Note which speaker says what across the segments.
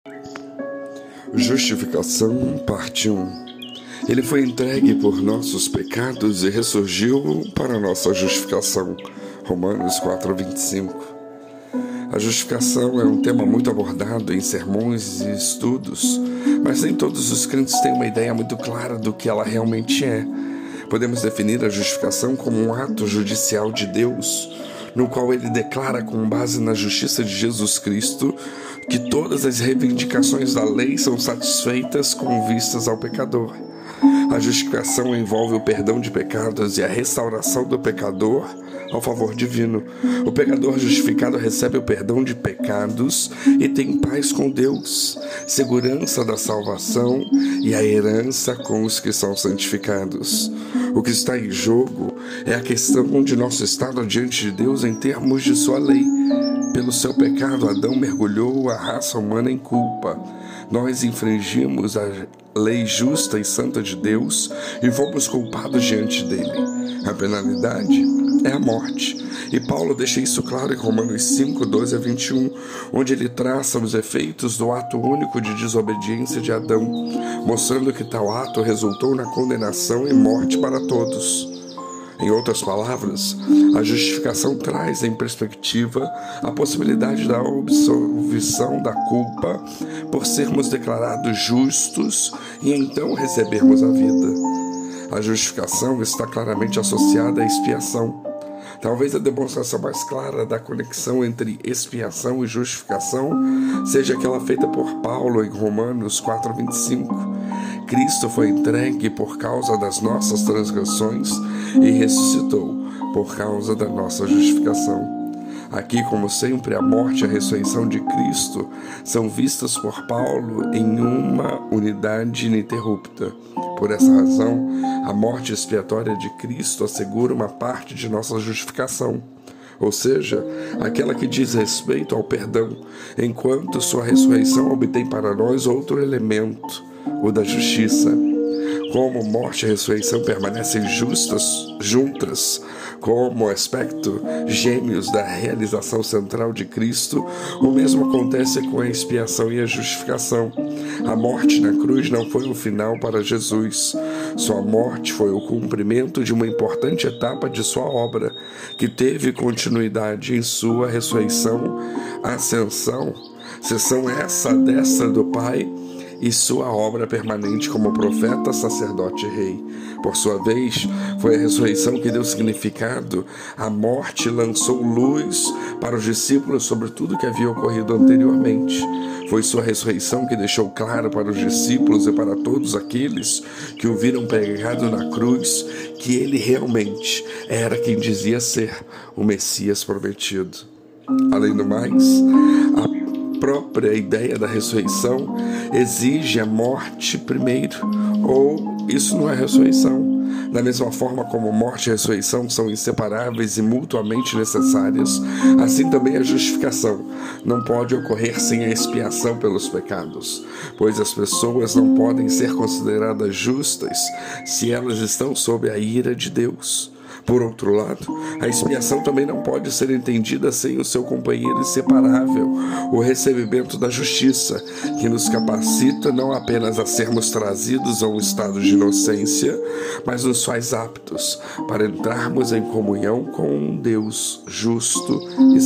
Speaker 1: Justificação, parte 1. Ele foi entregue por nossos pecados e ressurgiu para nossa justificação. Romanos 4:25. A justificação é um tema muito abordado em sermões e estudos, mas nem todos os crentes têm uma ideia muito clara do que ela realmente é. Podemos definir a justificação como um ato judicial de Deus, no qual ele declara, com base na justiça de Jesus Cristo, que todas as reivindicações da lei são satisfeitas com vistas ao pecador. A justificação envolve o perdão de pecados e a restauração do pecador ao favor divino. O pecador justificado recebe o perdão de pecados e tem paz com Deus, segurança da salvação e a herança com os que são santificados. O que está em jogo é a questão de nosso estado diante de Deus em termos de sua lei. Pelo seu pecado, Adão mergulhou a raça humana em culpa. Nós infringimos a lei justa e santa de Deus e fomos culpados diante dele. A penalidade é a morte. E Paulo deixa isso claro em Romanos 5:12-21, onde ele traça os efeitos do ato único de desobediência de Adão, mostrando que tal ato resultou na condenação e morte para todos. Em outras palavras, a justificação traz em perspectiva a possibilidade da absolvição da culpa por sermos declarados justos e então recebermos a vida. A justificação está claramente associada à expiação. Talvez a demonstração mais clara da conexão entre expiação e justificação seja aquela feita por Paulo em Romanos 4:25. Cristo foi entregue por causa das nossas transgressões e ressuscitou por causa da nossa justificação. Aqui, como sempre, a morte e a ressurreição de Cristo são vistas por Paulo em uma unidade ininterrupta. Por essa razão, a morte expiatória de Cristo assegura uma parte de nossa justificação, ou seja, aquela que diz respeito ao perdão, enquanto sua ressurreição obtém para nós outro elemento, o da justiça. Como morte e ressurreição permanecem juntas como aspecto gêmeos da realização central de Cristo, o mesmo acontece com a expiação e a justificação. A morte na cruz não foi o final para Jesus. Sua morte foi o cumprimento de uma importante etapa de sua obra, que teve continuidade em sua ressurreição, ascensão, sessão essa destra do Pai, e sua obra permanente como profeta, sacerdote e rei. Por sua vez, foi a ressurreição que deu significado à morte e lançou luz para os discípulos sobre tudo que havia ocorrido anteriormente. Foi sua ressurreição que deixou claro para os discípulos e para todos aqueles que o viram pregado na cruz que ele realmente era quem dizia ser o Messias prometido. Além do mais, a própria ideia da ressurreição exige a morte primeiro, ou isso não é ressurreição. Da mesma forma como morte e ressurreição são inseparáveis e mutuamente necessárias, assim também a justificação não pode ocorrer sem a expiação pelos pecados, pois as pessoas não podem ser consideradas justas se elas estão sob a ira de Deus. Por outro lado, a expiação também não pode ser entendida sem o seu companheiro inseparável, o recebimento da justiça, que nos capacita não apenas a sermos trazidos a um estado de inocência, mas nos faz aptos para entrarmos em comunhão com um Deus justo e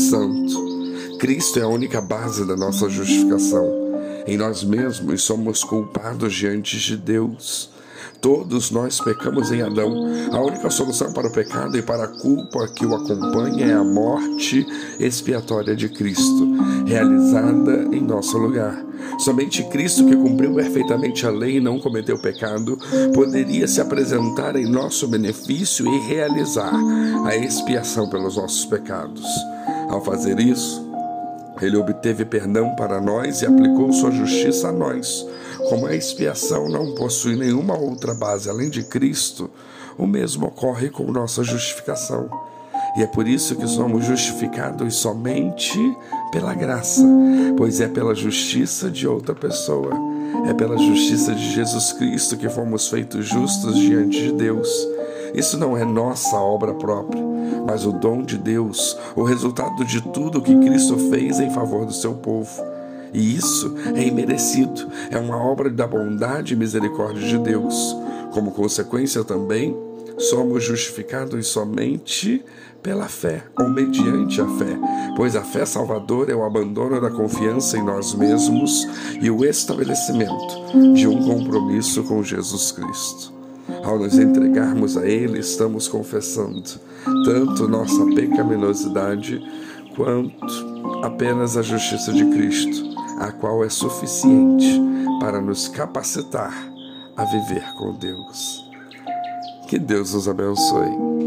Speaker 1: santo. Cristo é a única base da nossa justificação. Em nós mesmos somos culpados diante de Deus. Todos nós pecamos em Adão. A única solução para o pecado e para a culpa que o acompanha é a morte expiatória de Cristo, realizada em nosso lugar. Somente Cristo, que cumpriu perfeitamente a lei e não cometeu pecado, poderia se apresentar em nosso benefício e realizar a expiação pelos nossos pecados. Ao fazer isso, ele obteve perdão para nós e aplicou sua justiça a nós. Como a expiação não possui nenhuma outra base além de Cristo, o mesmo ocorre com nossa justificação. E é por isso que somos justificados somente pela graça, pois é pela justiça de outra pessoa. É pela justiça de Jesus Cristo que fomos feitos justos diante de Deus. Isso não é nossa obra própria, mas o dom de Deus, o resultado de tudo que Cristo fez em favor do seu povo. E isso é imerecido, é uma obra da bondade e misericórdia de Deus. Como consequência também, somos justificados somente pela fé, ou mediante a fé, pois a fé salvadora é o abandono da confiança em nós mesmos e o estabelecimento de um compromisso com Jesus Cristo. Ao nos entregarmos a Ele, estamos confessando tanto nossa pecaminosidade quanto apenas a justiça de Cristo, a qual é suficiente para nos capacitar a viver com Deus. Que Deus nos abençoe.